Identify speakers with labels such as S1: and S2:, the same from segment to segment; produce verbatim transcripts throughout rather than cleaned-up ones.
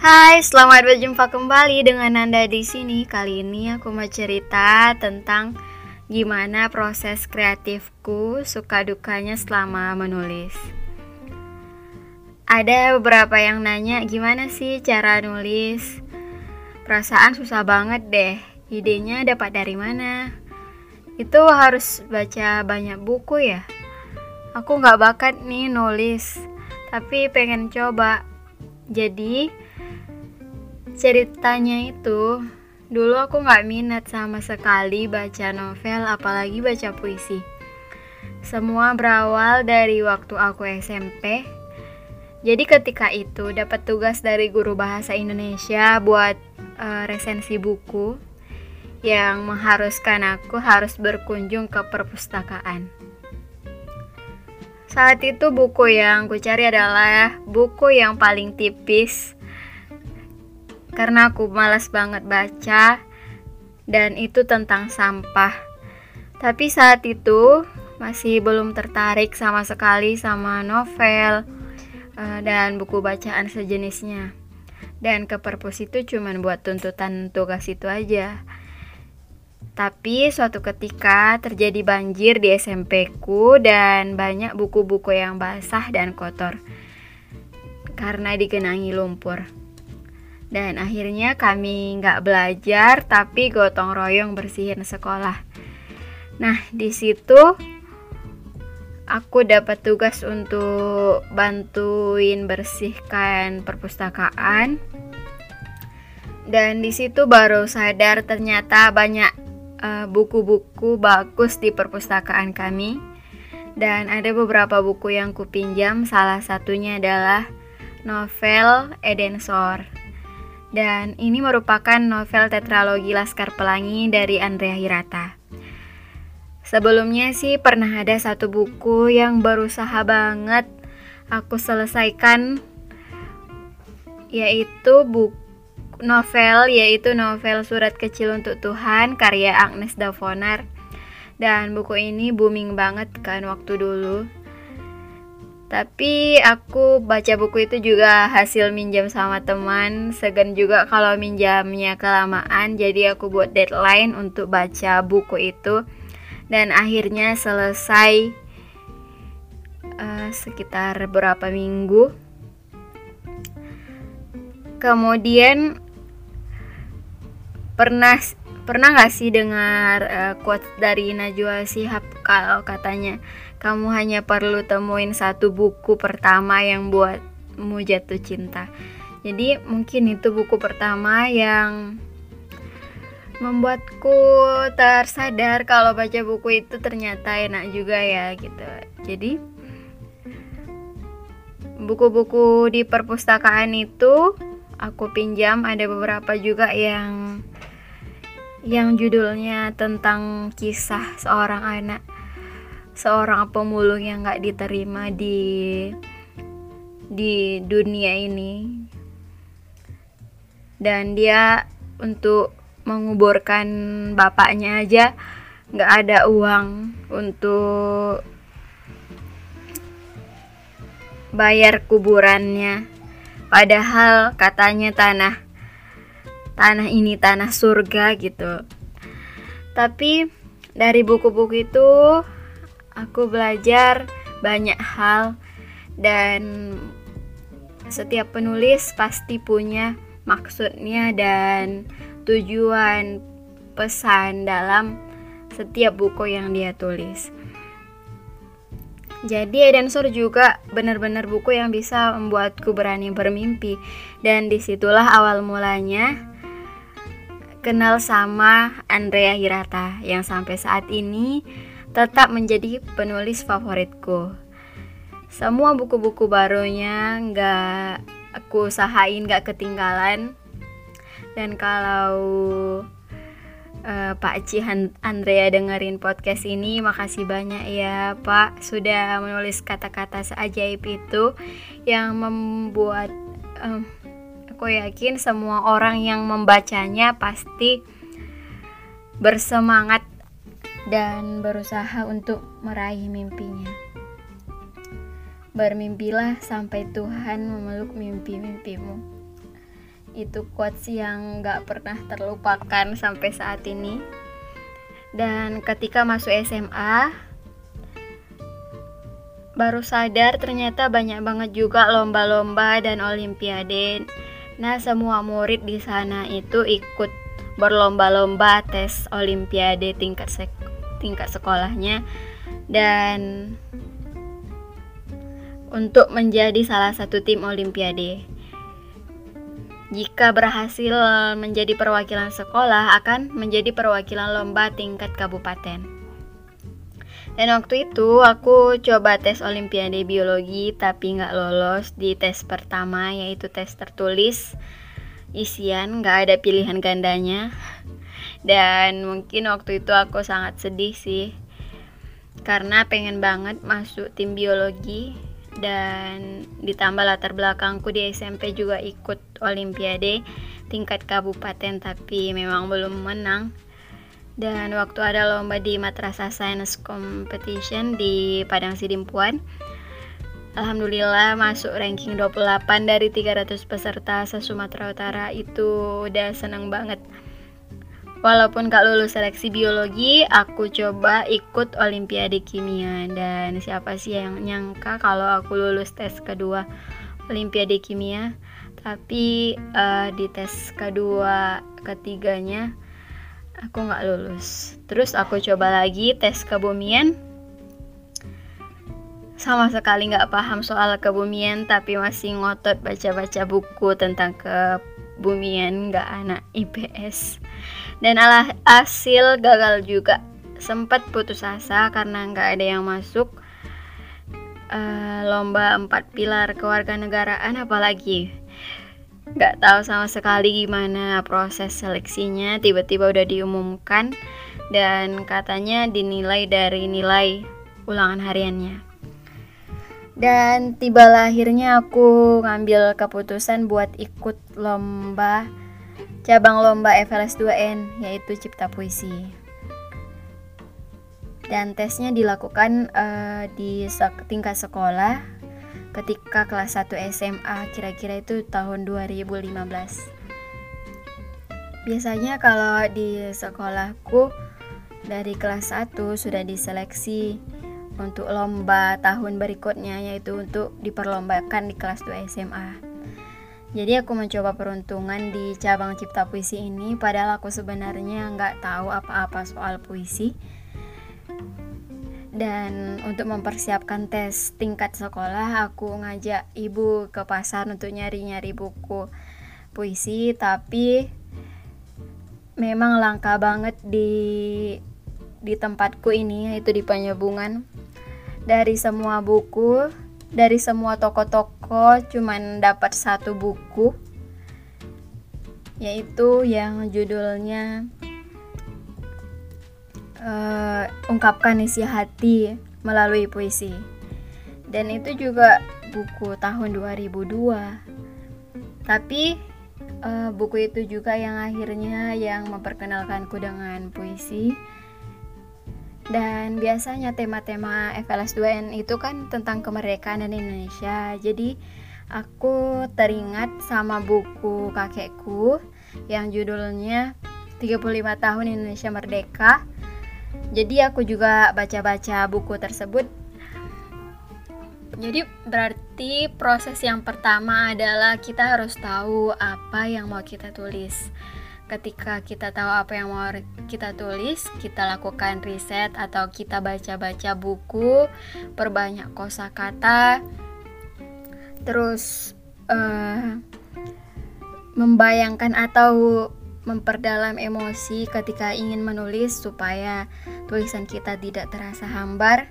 S1: Hai, selamat berjumpa kembali dengan Nanda di sini. Kali ini aku mau cerita tentang gimana proses kreatifku, suka dukanya selama menulis. Ada beberapa yang nanya, gimana sih cara nulis? Perasaan susah banget deh. Idenya dapat dari mana? Itu harus baca banyak buku ya? Aku gak bakat nih nulis, tapi pengen coba. Jadi ceritanya itu, dulu aku gak minat sama sekali baca novel, apalagi baca puisi. Semua berawal dari waktu aku S M P. Jadi ketika itu dapat tugas dari guru bahasa Indonesia buat uh, resensi buku yang mengharuskan aku harus berkunjung ke perpustakaan. Saat itu buku yang ku cari adalah buku yang paling tipis, karena aku malas banget baca, dan itu tentang sampah. Tapi saat itu masih belum tertarik sama sekali sama novel uh, dan buku bacaan sejenisnya. Dan ke perpus itu cuma buat tuntutan tugas itu aja. Tapi suatu ketika terjadi banjir di S M P ku dan banyak buku-buku yang basah dan kotor karena digenangi lumpur. Dan akhirnya kami nggak belajar, tapi gotong royong bersihin sekolah. Nah, di situ aku dapat tugas untuk bantuin bersihkan perpustakaan. Dan di situ baru sadar ternyata banyak uh, buku-buku bagus di perpustakaan kami. Dan ada beberapa buku yang kupinjam, salah satunya adalah novel Edensor. Dan ini merupakan novel tetralogi Laskar Pelangi dari Andrea Hirata. Sebelumnya sih pernah ada satu buku yang berusaha banget aku selesaikan, yaitu buku novel yaitu novel Surat Kecil Untuk Tuhan karya Agnes Davonar. Dan buku ini booming banget kan waktu dulu. Tapi aku baca buku itu juga hasil minjam sama teman. Segan juga kalau minjamnya kelamaan, jadi aku buat deadline untuk baca buku itu. Dan akhirnya selesai uh, sekitar berapa minggu. Kemudian pernah pernah gak sih dengar uh, quote dari Najwa Shihab kalau katanya, kamu hanya perlu temuin satu buku pertama yang buatmu jatuh cinta. Jadi mungkin itu buku pertama yang membuatku tersadar kalau baca buku itu ternyata enak juga ya gitu. Jadi buku-buku di perpustakaan itu aku pinjam, ada beberapa juga yang yang judulnya tentang kisah seorang anak, seorang pemulung yang gak diterima di di dunia ini, dan dia untuk menguburkan bapaknya aja gak ada uang untuk bayar kuburannya, padahal katanya tanah tanah ini tanah surga gitu. Tapi dari buku-buku itu aku belajar banyak hal, dan setiap penulis pasti punya maksudnya dan tujuan pesan dalam setiap buku yang dia tulis. Jadi Edensor juga benar-benar buku yang bisa membuatku berani bermimpi, dan disitulah awal mulanya kenal sama Andrea Hirata yang sampai saat ini tetap menjadi penulis favoritku. Semua buku-buku barunya gak aku usahain gak ketinggalan. Dan kalau uh, Pak Ci Andrea dengerin podcast ini, makasih banyak ya Pak sudah menulis kata-kata seajaib itu yang membuat um, aku yakin semua orang yang membacanya pasti bersemangat dan berusaha untuk meraih mimpinya. Bermimpilah sampai Tuhan memeluk mimpi-mimpimu. itu quotes yang gak pernah terlupakan sampai saat ini. Dan ketika masuk S M A baru sadar ternyata banyak banget juga lomba-lomba dan olimpiade. Nah, semua murid di sana itu ikut berlomba-lomba tes olimpiade tingkat sek- tingkat sekolahnya, dan untuk menjadi salah satu tim olimpiade. Jika berhasil menjadi perwakilan sekolah, akan menjadi perwakilan lomba tingkat kabupaten. Dan waktu itu aku coba tes olimpiade biologi, tapi gak lolos di tes pertama, yaitu tes tertulis isian, gak ada pilihan gandanya. Dan mungkin waktu itu aku sangat sedih sih, karena pengen banget masuk tim biologi. Dan ditambah latar belakangku di S M P juga ikut olimpiade tingkat kabupaten, tapi memang belum menang. Dan waktu ada lomba di Madrasah Science Competition di Padang Sidimpuan, alhamdulillah masuk ranking dua puluh delapan dari tiga ratus peserta se-Sumatera Utara. Itu udah seneng banget. Walaupun gak lulus seleksi biologi, aku coba ikut olimpiade kimia. Dan siapa sih yang nyangka kalau aku lulus tes kedua olimpiade kimia. Tapi uh, di tes kedua ketiganya aku gak lulus. Terus aku coba lagi tes kebumian. Sama sekali gak paham soal kebumian, tapi masih ngotot baca-baca buku tentang kebumian, gak anak I P S. Dan hasil gagal juga, sempat putus asa karena nggak ada yang masuk uh, lomba empat pilar kewarganegaraan, apalagi nggak tahu sama sekali gimana proses seleksinya. Tiba-tiba udah diumumkan dan katanya dinilai dari nilai ulangan hariannya. Dan tibalah akhirnya aku ngambil keputusan buat ikut lomba cabang lomba F L S dua N, yaitu cipta puisi. Dan tesnya dilakukan uh, di sek- tingkat sekolah ketika kelas satu S M A, kira-kira itu tahun dua ribu lima belas. Biasanya kalau di sekolahku dari kelas satu sudah diseleksi untuk lomba tahun berikutnya, yaitu untuk diperlombakan di kelas dua S M A. Jadi aku mencoba peruntungan di cabang cipta puisi ini, padahal aku sebenarnya nggak tahu apa-apa soal puisi. Dan untuk mempersiapkan tes tingkat sekolah, aku ngajak ibu ke pasar untuk nyari-nyari buku puisi, tapi memang langka banget di di tempatku ini, yaitu di Panyabungan. Dari semua buku, dari semua toko-toko cuman dapat satu buku, yaitu yang judulnya uh, Ungkapkan Isi Hati Melalui Puisi. Dan itu juga buku tahun dua ribu dua. Tapi uh, buku itu juga yang akhirnya yang memperkenalkanku dengan puisi. Dan biasanya tema-tema F L S dua N itu kan tentang kemerdekaan dan Indonesia. Jadi aku teringat sama buku kakekku yang judulnya tiga puluh lima tahun Indonesia Merdeka. Jadi aku juga baca-baca buku tersebut. Jadi berarti proses yang pertama adalah kita harus tahu apa yang mau kita tulis. Ketika kita tahu apa yang mau kita tulis, kita lakukan riset atau kita baca-baca buku, perbanyak kosakata, terus uh, membayangkan atau memperdalam emosi ketika ingin menulis supaya tulisan kita tidak terasa hambar.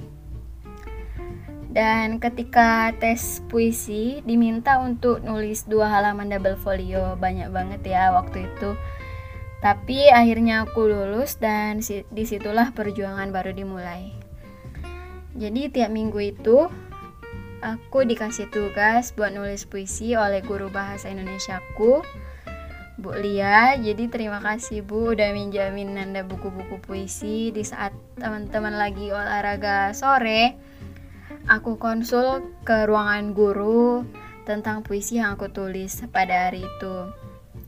S1: Dan ketika tes puisi diminta untuk nulis dua halaman double folio, banyak banget ya waktu itu. Tapi akhirnya aku lulus dan disitulah perjuangan baru dimulai. Jadi tiap minggu itu aku dikasih tugas buat nulis puisi oleh guru bahasa Indonesiaku, Bu Lia. Jadi terima kasih Bu udah minjamin Nanda buku-buku puisi di saat teman-teman lagi olahraga sore. Aku konsul ke ruangan guru tentang puisi yang aku tulis pada hari itu.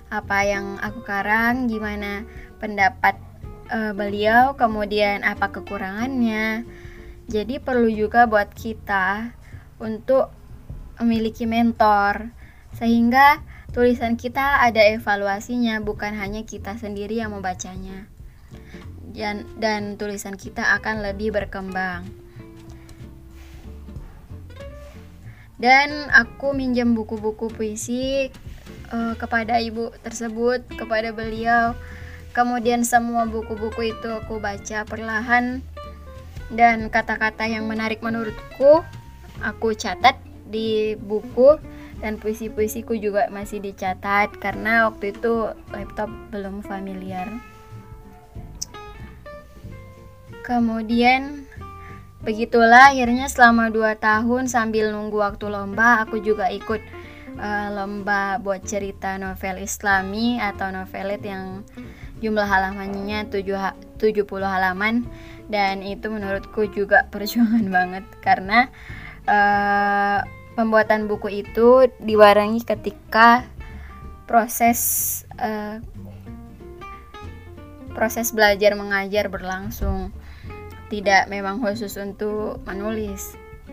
S1: apa yang aku karang, gimana pendapat uh, beliau, kemudian apa kekurangannya. Jadi perlu juga buat kita untuk memiliki mentor, sehingga tulisan kita ada evaluasinya, bukan hanya kita sendiri yang membacanya. Dan, dan tulisan kita akan lebih berkembang. Dan aku minjam buku-buku puisi uh, kepada ibu tersebut, kepada beliau. Kemudian semua buku-buku itu aku baca perlahan, dan kata-kata yang menarik menurutku aku catat di buku, dan puisi-puisiku juga masih dicatat karena waktu itu laptop belum familiar. Kemudian begitulah akhirnya selama dua tahun sambil nunggu waktu lomba, aku juga ikut uh, lomba buat cerita novel Islami atau novelet yang jumlah halamannya tujuh puluh halaman, dan itu menurutku juga perjuangan banget karena uh, pembuatan buku itu dibarengi ketika proses uh, proses belajar mengajar berlangsung. Tidak memang khusus untuk menulis.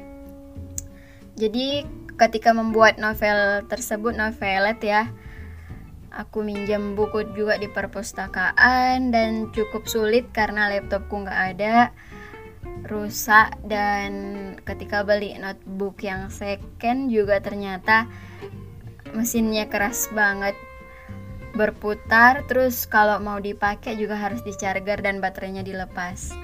S1: Jadi ketika membuat novel tersebut, novelet ya, aku minjam buku juga di perpustakaan, dan cukup sulit karena laptopku nggak ada, rusak, dan ketika beli notebook yang second juga ternyata mesinnya keras banget, berputar, terus kalau mau dipakai juga harus di-charger dan baterainya dilepas.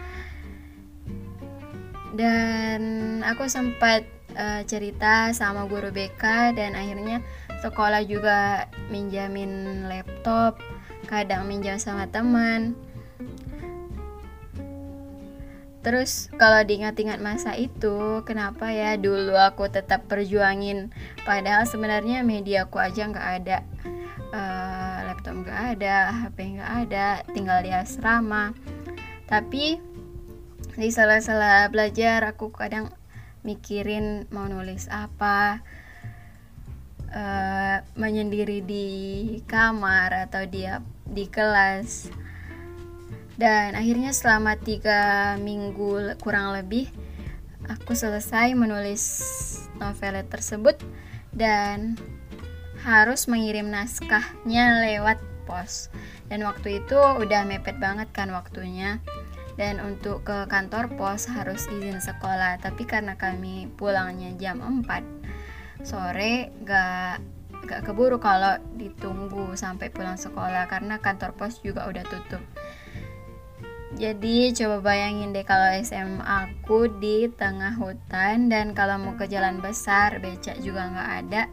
S1: Dan aku sempat uh, cerita sama guru B K, dan akhirnya sekolah juga minjamin laptop, kadang minjam sama teman. Terus kalau diingat-ingat masa itu, kenapa ya dulu aku tetap perjuangin, padahal sebenarnya mediaku aja nggak ada, uh, laptop nggak ada, H P nggak ada, tinggal di asrama. Tapi di sela-sela belajar aku kadang mikirin mau nulis apa, uh, menyendiri di kamar atau di di kelas. Dan akhirnya selama tiga minggu kurang lebih aku selesai menulis novelet tersebut, dan harus mengirim naskahnya lewat pos. Dan waktu itu udah mepet banget kan waktunya, dan untuk ke kantor pos harus izin sekolah. Tapi karena kami pulangnya jam empat sore, gak, gak keburu kalau ditunggu sampai pulang sekolah karena kantor pos juga udah tutup. Jadi coba bayangin deh kalau S M A aku di tengah hutan, dan kalau mau ke jalan besar becak juga gak ada.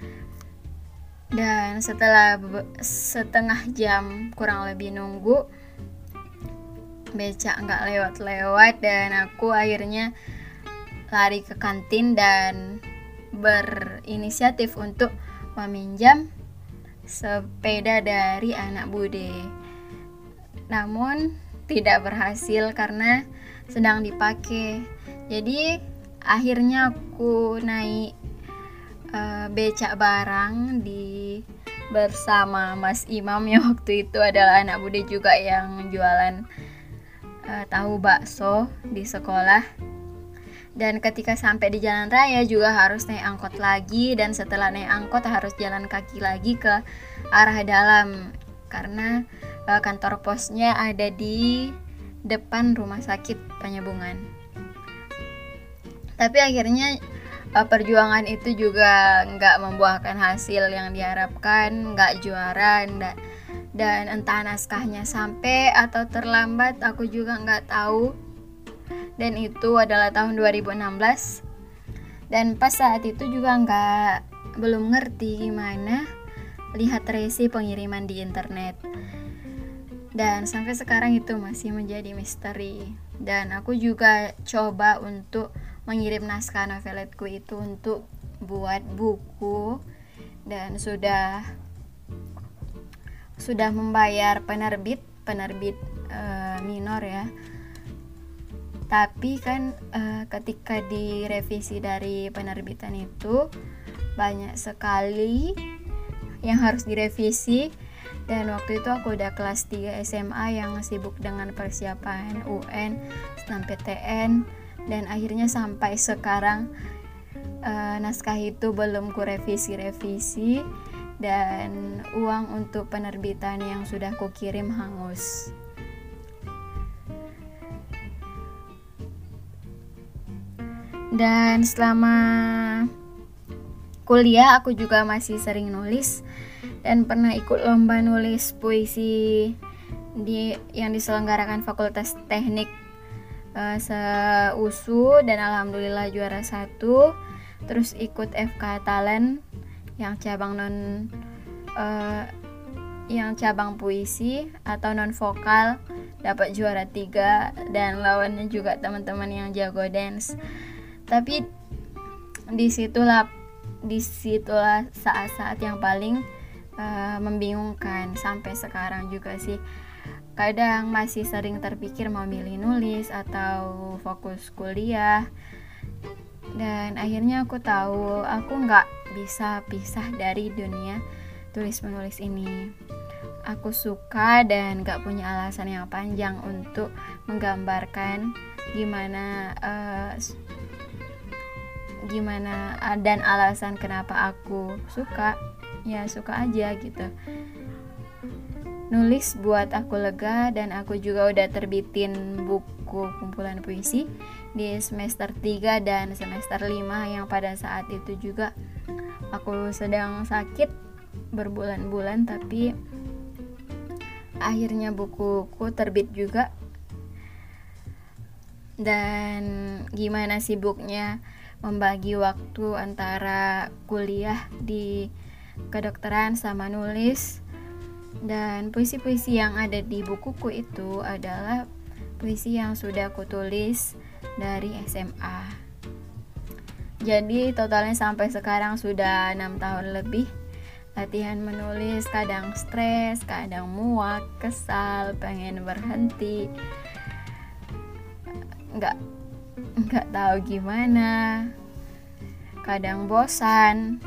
S1: Dan setelah setengah jam kurang lebih nunggu, becak nggak lewat-lewat, dan aku akhirnya lari ke kantin dan berinisiatif untuk meminjam sepeda dari anak bude. Namun tidak berhasil karena sedang dipakai. Jadi akhirnya aku naik uh, becak barang di bersama Mas Imam yang waktu itu adalah anak bude juga yang jualan uh, tahu bakso di sekolah. Dan ketika sampai di jalan raya juga harus naik angkot lagi, dan setelah naik angkot harus jalan kaki lagi ke arah dalam karena uh, kantor posnya ada di depan rumah sakit Penyambungan. Tapi akhirnya uh, perjuangan itu juga nggak membuahkan hasil yang diharapkan, nggak juara, nggak, dan entah naskahnya sampai atau terlambat aku juga nggak tahu. Dan itu adalah tahun dua ribu enam belas, dan pas saat itu juga nggak belum ngerti gimana lihat resi pengiriman di internet, dan sampai sekarang itu masih menjadi misteri. Dan aku juga coba untuk mengirim naskah noveletku itu untuk buat buku, dan sudah sudah membayar penerbit penerbit uh, minor ya. Tapi kan uh, ketika direvisi dari penerbitan itu banyak sekali yang harus direvisi, Dan waktu itu aku udah kelas tiga S M A yang sibuk dengan persiapan U N dan P T N, dan akhirnya sampai sekarang uh, naskah itu belum ku revisi-revisi dan uang untuk penerbitan yang sudah ku kirim hangus. Dan selama kuliah aku juga masih sering nulis dan pernah ikut lomba nulis puisi di yang diselenggarakan Fakultas Teknik uh, se-U S U, dan alhamdulillah juara satu. Terus ikut F K Talent yang cabang non uh, yang cabang puisi atau non vokal, dapat juara tiga, dan lawannya juga teman-teman yang jago dance. Tapi disitulah disitulah saat-saat yang paling uh, membingungkan sampai sekarang juga sih. Kadang masih sering terpikir mau milih nulis atau fokus kuliah. Dan akhirnya aku tahu aku nggak bisa pisah dari dunia tulis menulis ini. Aku suka dan nggak punya alasan yang panjang untuk menggambarkan gimana uh, gimana dan alasan kenapa aku suka. Ya suka aja gitu. Nulis buat aku lega, dan aku juga udah terbitin buku kumpulan puisi di semester tiga dan semester lima yang pada saat itu juga aku sedang sakit berbulan-bulan, tapi akhirnya bukuku terbit juga. Dan gimana sibuknya membagi waktu antara kuliah di kedokteran sama nulis. Dan puisi-puisi yang ada di bukuku itu adalah puisi yang sudah aku tulis dari S M A. Jadi totalnya sampai sekarang sudah enam tahun lebih latihan menulis. Kadang stres, kadang muak, kesal, pengen berhenti, nggak nggak tahu gimana, kadang bosan.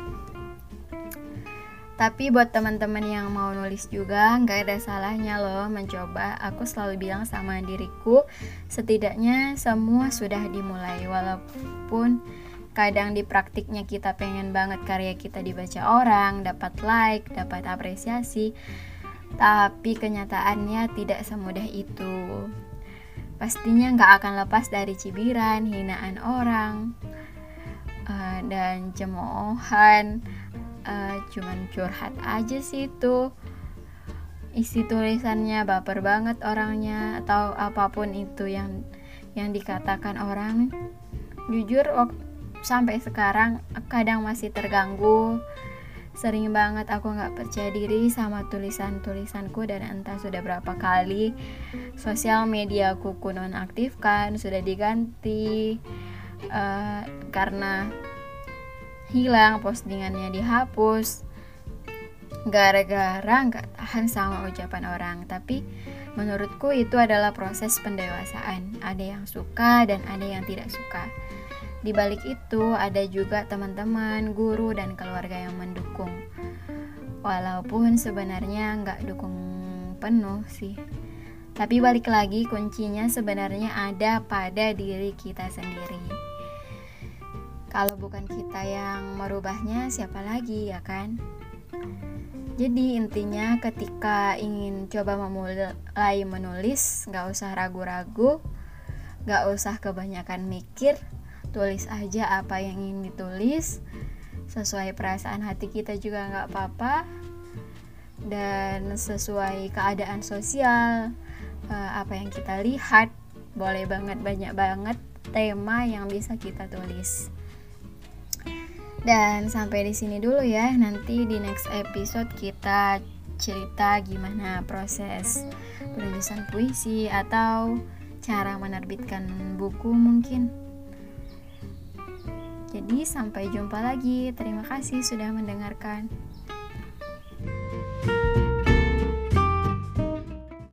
S1: Tapi buat teman-teman yang mau nulis juga, nggak ada salahnya loh mencoba. Aku selalu bilang sama diriku, setidaknya semua sudah dimulai. Walaupun kadang di praktiknya kita pengen banget karya kita dibaca orang, dapat like, dapat apresiasi, tapi kenyataannya tidak semudah itu. Pastinya nggak akan lepas dari cibiran, hinaan orang, uh, dan cemoohan. Uh, cuman curhat aja sih itu, isi tulisannya baper banget orangnya, atau apapun itu yang yang dikatakan orang. Jujur wak- sampai sekarang kadang masih terganggu. Sering banget aku nggak percaya diri sama tulisan-tulisanku, dan entah sudah berapa kali sosial media aku nonaktifkan, sudah diganti uh, karena hilang, postingannya dihapus gara-gara nggak tahan sama ucapan orang. Tapi menurutku itu adalah proses pendewasaan. Ada yang suka dan ada yang tidak suka. Di balik itu ada juga teman-teman, guru, dan keluarga yang mendukung. Walaupun sebenarnya nggak dukung penuh sih. Tapi balik lagi, kuncinya sebenarnya ada pada diri kita sendiri. Kalau bukan kita yang merubahnya, siapa lagi, ya kan? Jadi intinya ketika ingin coba memulai menulis, gak usah ragu-ragu, gak usah kebanyakan mikir, tulis aja apa yang ingin ditulis, sesuai perasaan hati kita juga gak apa-apa, dan sesuai keadaan sosial, apa yang kita lihat, boleh banget, banyak banget tema yang bisa kita tulis. Dan sampai di sini dulu ya. Nanti di next episode kita cerita gimana proses penulisan puisi atau cara menerbitkan buku mungkin. Jadi sampai jumpa lagi. Terima kasih sudah mendengarkan.